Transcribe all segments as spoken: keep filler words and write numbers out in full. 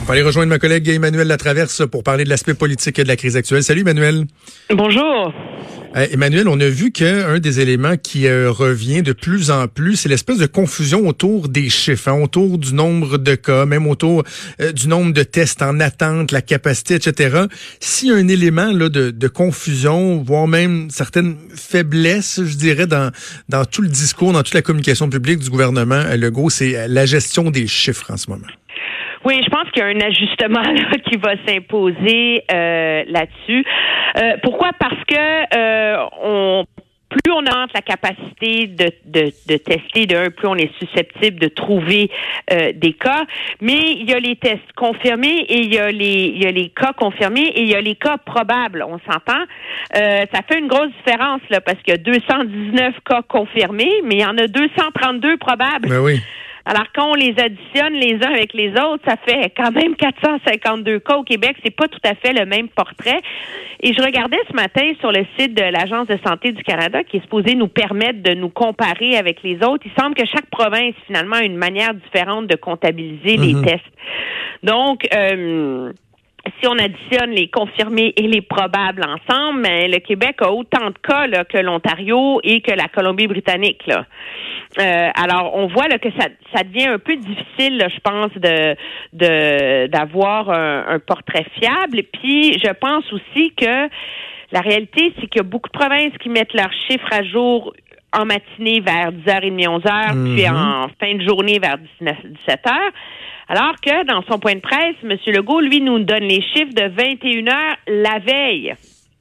va aller rejoindre ma collègue Emmanuel Latraverse pour parler de l'aspect politique et de la crise actuelle. Salut Emmanuel. Bonjour. Euh, Emmanuel, on a vu qu'un des éléments qui euh, revient de plus en plus, c'est l'espèce de confusion autour des chiffres, hein, autour du nombre de cas, même autour euh, du nombre de tests en attente, la capacité, et cetera. S'il y a un élément là de, de confusion, voire même certaines faiblesses, je dirais, dans, dans tout le discours, dans toute la communication publique du gouvernement Legault, c'est la gestion des chiffres en ce moment. Oui, je pense qu'il y a un ajustement là, qui va s'imposer euh, là-dessus. Euh, pourquoi? Parce que euh, on plus on augmente la capacité de, de, de tester, de un, plus on est susceptible de trouver euh, des cas. Mais il y a les tests confirmés et il y a les il y a les cas confirmés et il y a les cas probables. On s'entend. Euh, ça fait une grosse différence là parce qu'il y a deux cent dix-neuf cas confirmés, mais il y en a deux cent trente-deux probables. Ben oui. Alors, quand on les additionne les uns avec les autres, ça fait quand même quatre cent cinquante-deux cas au Québec. C'est pas tout à fait le même portrait. Et je regardais ce matin sur le site de l'Agence de santé du Canada, qui est supposé nous permettre de nous comparer avec les autres. Il semble que chaque province, finalement, a une manière différente de comptabiliser mm-hmm. les tests. Donc, euh, si on additionne les confirmés et les probables ensemble, ben, le Québec a autant de cas là, que l'Ontario et que la Colombie-Britannique, là. Euh, alors, on voit là, que ça, ça devient un peu difficile, là, je pense, de, de d'avoir un, un portrait fiable. Puis, je pense aussi que la réalité, c'est qu'il y a beaucoup de provinces qui mettent leurs chiffres à jour en matinée vers dix heures trente, onze heures, mm-hmm. puis en fin de journée vers dix-neuf, dix-sept heures. Alors que, dans son point de presse, M. Legault, lui, nous donne les chiffres de vingt et une heures la veille.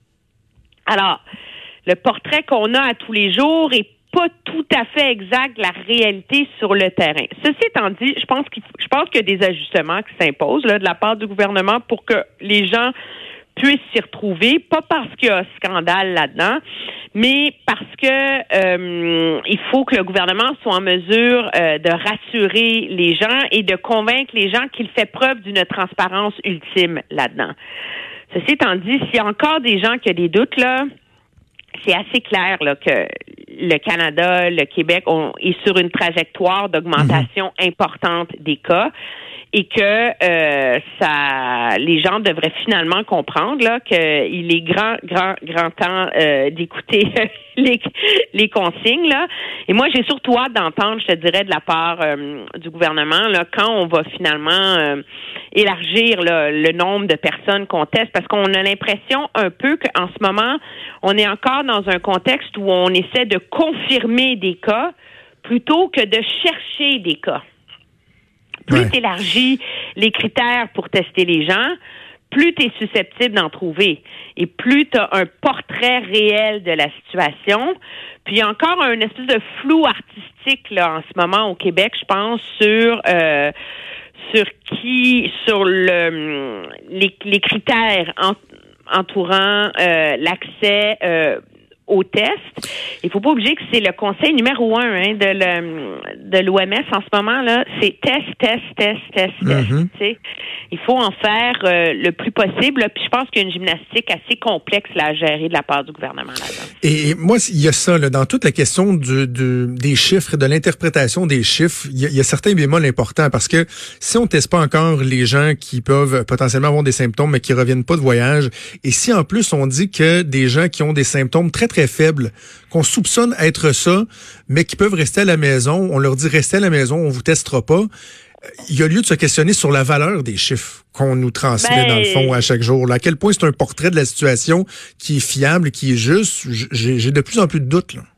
Alors, le portrait qu'on a à tous les jours est pas tout à fait exact de la réalité sur le terrain. Ceci étant dit, je pense qu'il je pense qu'il y a des ajustements qui s'imposent là, de la part du gouvernement pour que les gens puissent s'y retrouver, pas parce qu'il y a un scandale là-dedans, mais parce que euh, il faut que le gouvernement soit en mesure euh, de rassurer les gens et de convaincre les gens qu'il fait preuve d'une transparence ultime là-dedans. Ceci étant dit, s'il y a encore des gens qui ont des doutes, là, c'est assez clair là, que le Canada, le Québec on, est sur une trajectoire d'augmentation mmh. importante des cas et que euh, ça, les gens devraient finalement comprendre là qu'il est grand, grand, grand temps euh, d'écouter les, les consignes là. Et moi, j'ai surtout hâte d'entendre, je te dirais, de la part euh, du gouvernement là, quand on va finalement euh, élargir là, le nombre de personnes qu'on teste, parce qu'on a l'impression un peu qu'en ce moment, on est encore dans un contexte où on essaie de confirmer des cas plutôt que de chercher des cas. Plus ouais. tu élargis les critères pour tester les gens, plus tu es susceptible d'en trouver. Et plus tu as un portrait réel de la situation. Puis il y a encore un espèce de flou artistique là en ce moment au Québec, je pense, sur euh, sur qui, sur le les, les critères en, entourant euh, l'accès euh, aux tests. Il faut pas oublier que c'est le conseil numéro un hein, de, le, de l'O M S en ce moment là, c'est test, test, test, test, mm-hmm. test. Il faut en faire euh, le plus possible. Là, puis je pense qu'il y a une gymnastique assez complexe là, à gérer de la part du gouvernement là-dedans. Et moi, il y a ça là, dans toute la question du, du, des chiffres, de l'interprétation des chiffres. Il y, a, il y a certains bémols importants parce que si on teste pas encore les gens qui peuvent potentiellement avoir des symptômes mais qui reviennent pas de voyage, et si en plus on dit que des gens qui ont des symptômes très très faibles, qu'on soupçonne être ça, mais qui peuvent rester à la maison, on leur dit restez à la maison, on vous testera pas. Il y a lieu de se questionner sur la valeur des chiffres qu'on nous transmet ben, dans le fond à chaque jour. Là, à quel point c'est un portrait de la situation qui est fiable, qui est juste. J'ai, j'ai de plus en plus de doutes, là.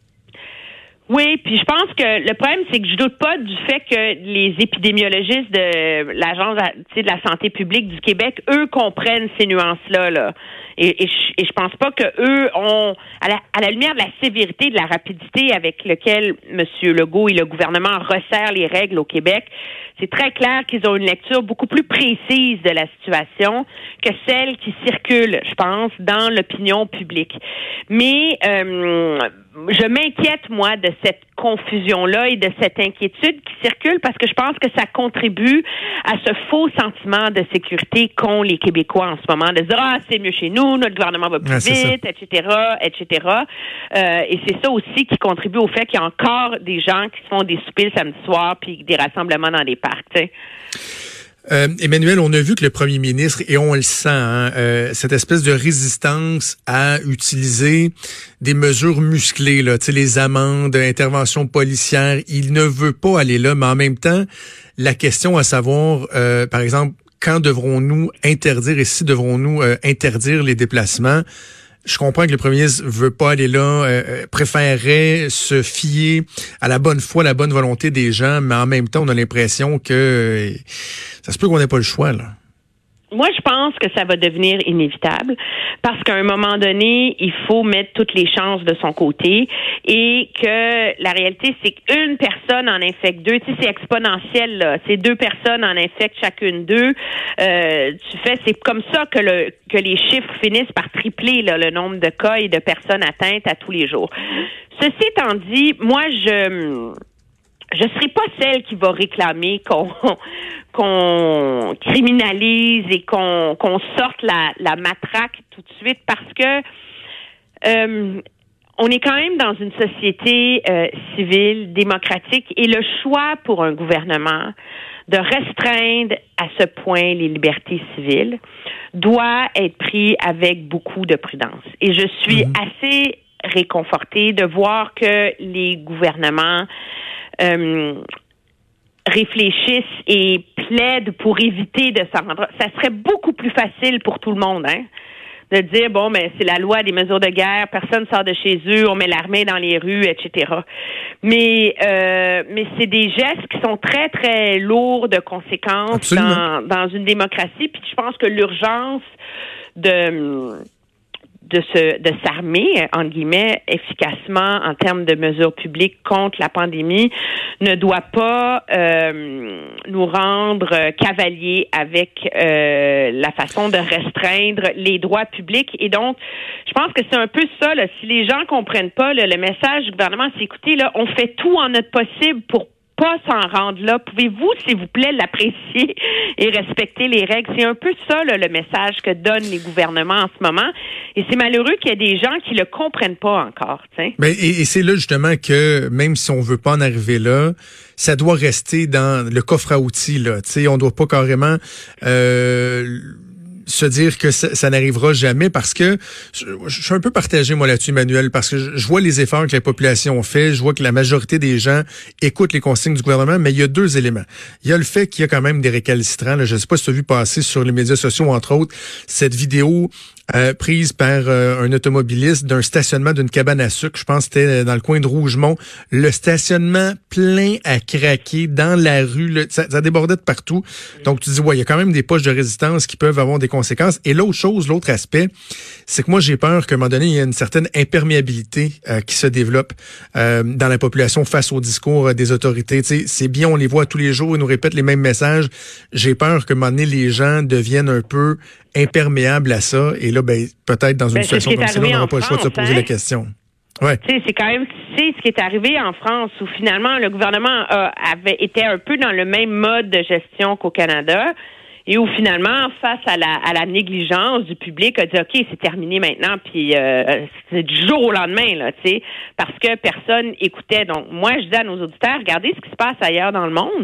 Oui, puis je pense que le problème, c'est que je doute pas du fait que les épidémiologistes de l'Agence de la santé publique du Québec, eux, comprennent ces nuances-là, là. Et, et, je, et je pense pas que eux ont, à la, à la lumière de la sévérité, de la rapidité avec laquelle M. Legault et le gouvernement resserrent les règles au Québec, c'est très clair qu'ils ont une lecture beaucoup plus précise de la situation que celle qui circule, je pense, dans l'opinion publique. Mais euh, je m'inquiète, moi, de cette confusion-là et de cette inquiétude qui circule parce que je pense que ça contribue à ce faux sentiment de sécurité qu'ont les Québécois en ce moment, de dire « Ah, c'est mieux chez nous, notre gouvernement va plus ah, vite, et cetera, et cetera » Euh, et c'est ça aussi qui contribue au fait qu'il y a encore des gens qui se font des soupers le samedi soir puis des rassemblements dans des parcs, tu sais. Euh, Emmanuel, on a vu que le premier ministre, et on le sent, hein, euh, cette espèce de résistance à utiliser des mesures musclées, là, tu sais, les amendes, interventions policières, il ne veut pas aller là, mais en même temps, la question à savoir, euh, par exemple, quand devrons-nous interdire et si devrons-nous euh, interdire les déplacements? Je comprends que le premier ministre veut pas aller là, euh, préférerait se fier à la bonne foi, la bonne volonté des gens, mais en même temps, on a l'impression que euh, ça se peut qu'on n'ait pas le choix, là. Moi, je pense que ça va devenir inévitable parce qu'à un moment donné, il faut mettre toutes les chances de son côté et que la réalité, c'est qu'une personne en infecte deux. Tu sais, c'est exponentiel, là. C'est deux personnes en infectent chacune deux. Euh, tu fais, c'est comme ça que le que les chiffres finissent par tripler, là, le nombre de cas et de personnes atteintes à tous les jours. Ceci étant dit, moi, je je serai pas celle qui va réclamer qu'on qu'on criminalise et qu'on qu'on sorte la, la matraque tout de suite parce que euh, on est quand même dans une société euh, civile, démocratique, et le choix pour un gouvernement de restreindre à ce point les libertés civiles doit être pris avec beaucoup de prudence. Et je suis mmh. assez réconfortée de voir que les gouvernements euh, réfléchissent et plaident pour éviter de s'en rendre. Ça serait beaucoup plus facile pour tout le monde, hein, de dire, bon, mais c'est la loi des mesures de guerre, personne sort de chez eux, on met l'armée dans les rues, et cetera. Mais euh, mais c'est des gestes qui sont très, très lourds de conséquences dans, dans une démocratie. Puis je pense que l'urgence de... de se de s'armer, entre guillemets, efficacement en termes de mesures publiques contre la pandémie ne doit pas euh, nous rendre cavaliers avec euh, la façon de restreindre les droits publics. Et donc, je pense que c'est un peu ça, là. Si les gens comprennent pas, là, le message du gouvernement, c'est écoutez, là, on fait tout en notre possible pour pas s'en rendre là. Pouvez-vous, s'il vous plaît, l'apprécier et respecter les règles? C'est un peu ça, là, le message que donnent les gouvernements en ce moment. Et c'est malheureux qu'il y ait des gens qui le comprennent pas encore. T'sais. Ben, et, et c'est là, justement, que même si on veut pas en arriver là, ça doit rester dans le coffre à outils, là. T'sais, on doit pas carrément... Euh, se dire que ça, ça n'arrivera jamais parce que je, je suis un peu partagé, moi, là-dessus, Emmanuel, parce que je, je vois les efforts que la population fait, je vois que la majorité des gens écoutent les consignes du gouvernement, mais il y a deux éléments. Il y a le fait qu'il y a quand même des récalcitrants. Là, je ne sais pas si tu as vu passer sur les médias sociaux, entre autres, cette vidéo euh, prise par euh, un automobiliste d'un stationnement d'une cabane à sucre. Je pense que c'était dans le coin de Rougemont. Le stationnement plein à craquer dans la rue. Là, ça, ça débordait de partout. Donc, tu dis, ouais, il y a quand même des poches de résistance qui peuvent avoir des conséquences. Et l'autre chose, l'autre aspect, c'est que moi, j'ai peur qu'à un moment donné, il y a une certaine imperméabilité euh, qui se développe euh, dans la population face au discours euh, des autorités. Tu sais, c'est bien, on les voit tous les jours, ils nous répètent les mêmes messages. J'ai peur qu'à un moment donné, les gens deviennent un peu imperméables à ça. Et là, ben, peut-être dans une ben, situation comme ça, on n'aura pas le choix de se poser hein? la question. Ouais. Tu sais, c'est quand même c'est ce qui est arrivé en France où finalement le gouvernement a, avait été un peu dans le même mode de gestion qu'au Canada. Et où finalement, face à la à la négligence du public, a dit OK, c'est terminé maintenant, puis euh, c'est du jour au lendemain, là, tu sais, parce que personne écoutait. Donc, moi, je dis à nos auditeurs, regardez ce qui se passe ailleurs dans le monde.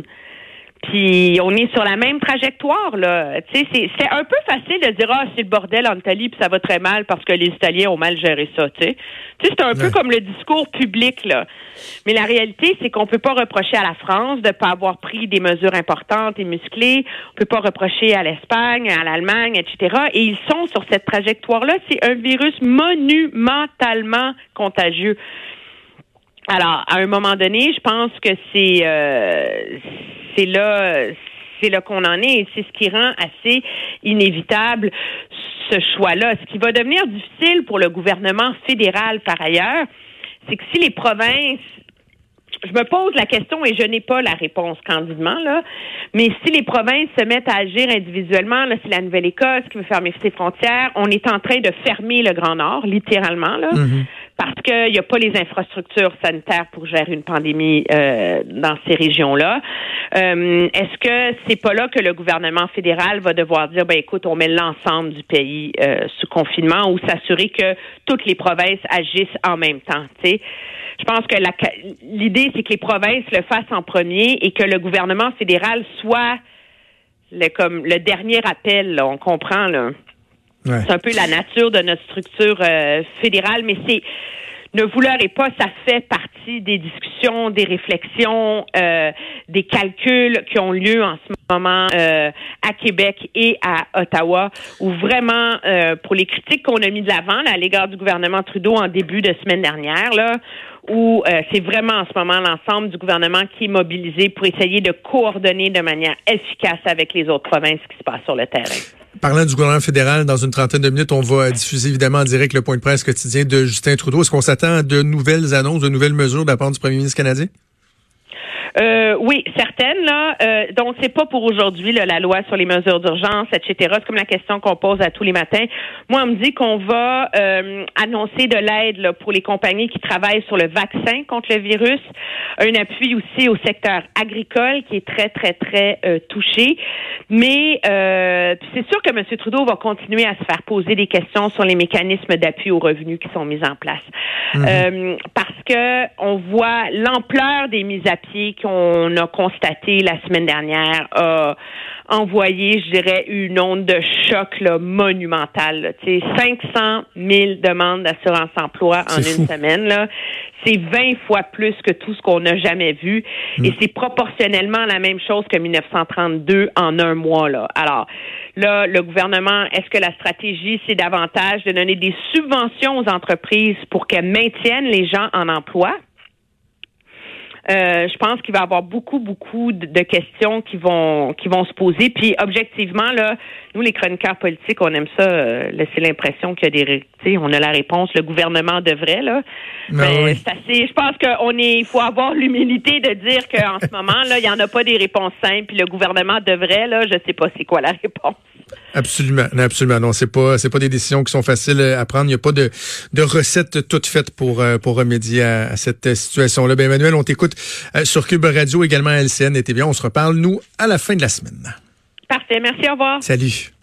Puis on est sur la même trajectoire, là. Tu sais, c'est, c'est un peu facile de dire ah c'est le bordel en Italie puis ça va très mal parce que les Italiens ont mal géré ça. Tu sais, tu sais c'est un ouais. peu comme le discours public là. Mais la réalité c'est qu'on peut pas reprocher à la France de pas avoir pris des mesures importantes et musclées. On peut pas reprocher à l'Espagne, à l'Allemagne, et cetera. Et ils sont sur cette trajectoire-là. C'est un virus monumentalement contagieux. Alors, à un moment donné, je pense que c'est euh, c'est là c'est là qu'on en est et c'est ce qui rend assez inévitable ce choix-là. Ce qui va devenir difficile pour le gouvernement fédéral par ailleurs, c'est que si les provinces je me pose la question et je n'ai pas la réponse candidement, là. Mais si les provinces se mettent à agir individuellement, là, c'est la Nouvelle-Écosse qui veut fermer ses frontières, on est en train de fermer le Grand Nord, littéralement, là. Mm-hmm. Parce qu'il n'y a pas les infrastructures sanitaires pour gérer une pandémie euh, dans ces régions-là. Euh, est-ce que c'est pas là que le gouvernement fédéral va devoir dire, ben écoute, on met l'ensemble du pays euh, sous confinement ou s'assurer que toutes les provinces agissent en même temps, tu sais? Je pense que la, l'idée, c'est que les provinces le fassent en premier et que le gouvernement fédéral soit le, comme le dernier appel, là, on comprend, là. Ouais. C'est un peu la nature de notre structure euh, fédérale, mais c'est ne vous leurrez pas, ça fait partie des discussions, des réflexions, euh, des calculs qui ont lieu en ce moment euh, à Québec et à Ottawa, où vraiment, euh, pour les critiques qu'on a mis de l'avant là, à l'égard du gouvernement Trudeau en début de semaine dernière, là, où euh, c'est vraiment en ce moment l'ensemble du gouvernement qui est mobilisé pour essayer de coordonner de manière efficace avec les autres provinces ce qui se passe sur le terrain. Parlant du gouvernement fédéral, dans une trentaine de minutes, on va diffuser évidemment en direct le point de presse quotidien de Justin Trudeau. Est-ce qu'on s'attend à de nouvelles annonces, de nouvelles mesures de la part du premier ministre canadien? Euh, oui, certaines, là. Euh, donc, c'est pas pour aujourd'hui, là, la loi sur les mesures d'urgence, et cetera. C'est comme la question qu'on pose à tous les matins. Moi, on me dit qu'on va euh, annoncer de l'aide là, pour les compagnies qui travaillent sur le vaccin contre le virus. Un appui aussi au secteur agricole qui est très, très, très euh, touché. Mais euh, c'est sûr que M. Trudeau va continuer à se faire poser des questions sur les mécanismes d'appui aux revenus qui sont mis en place. Mm-hmm. Euh, parce que on voit l'ampleur des mises à pied qu'on a constaté la semaine dernière a envoyé, je dirais, une onde de choc là, monumentale. Tu sais, cinq cent mille demandes d'assurance-emploi en c'est une fou. semaine. Là. C'est vingt fois plus que tout ce qu'on n'a jamais vu. Mm. Et c'est proportionnellement la même chose que dix-neuf cent trente-deux en un mois. Là. Alors, là, le gouvernement, est-ce que la stratégie, c'est davantage de donner des subventions aux entreprises pour qu'elles maintiennent les gens en emploi? Euh, je pense qu'il va y avoir beaucoup, beaucoup de, de questions qui vont qui vont se poser. Puis, objectivement, là, nous, les chroniqueurs politiques, on aime ça, euh, laisser l'impression qu'il y a des... Tu sais, on a la réponse, le gouvernement devrait, là. Non, mais oui. c'est assez... Je pense qu'on est... Il faut avoir l'humilité de dire qu'en ce moment, là, il n'y en a pas des réponses simples, puis le gouvernement devrait, là, je sais pas c'est quoi la réponse. Absolument, non, absolument. Non, c'est pas, c'est pas des décisions qui sont faciles à prendre. Il n'y a pas de, de recette toute faite pour, pour remédier à, à cette situation-là. Ben, Emmanuel, on t'écoute sur Cube Radio, également à L C N. Et T V A. On se reparle, nous, à la fin de la semaine. Parfait. Merci. Au revoir. Salut.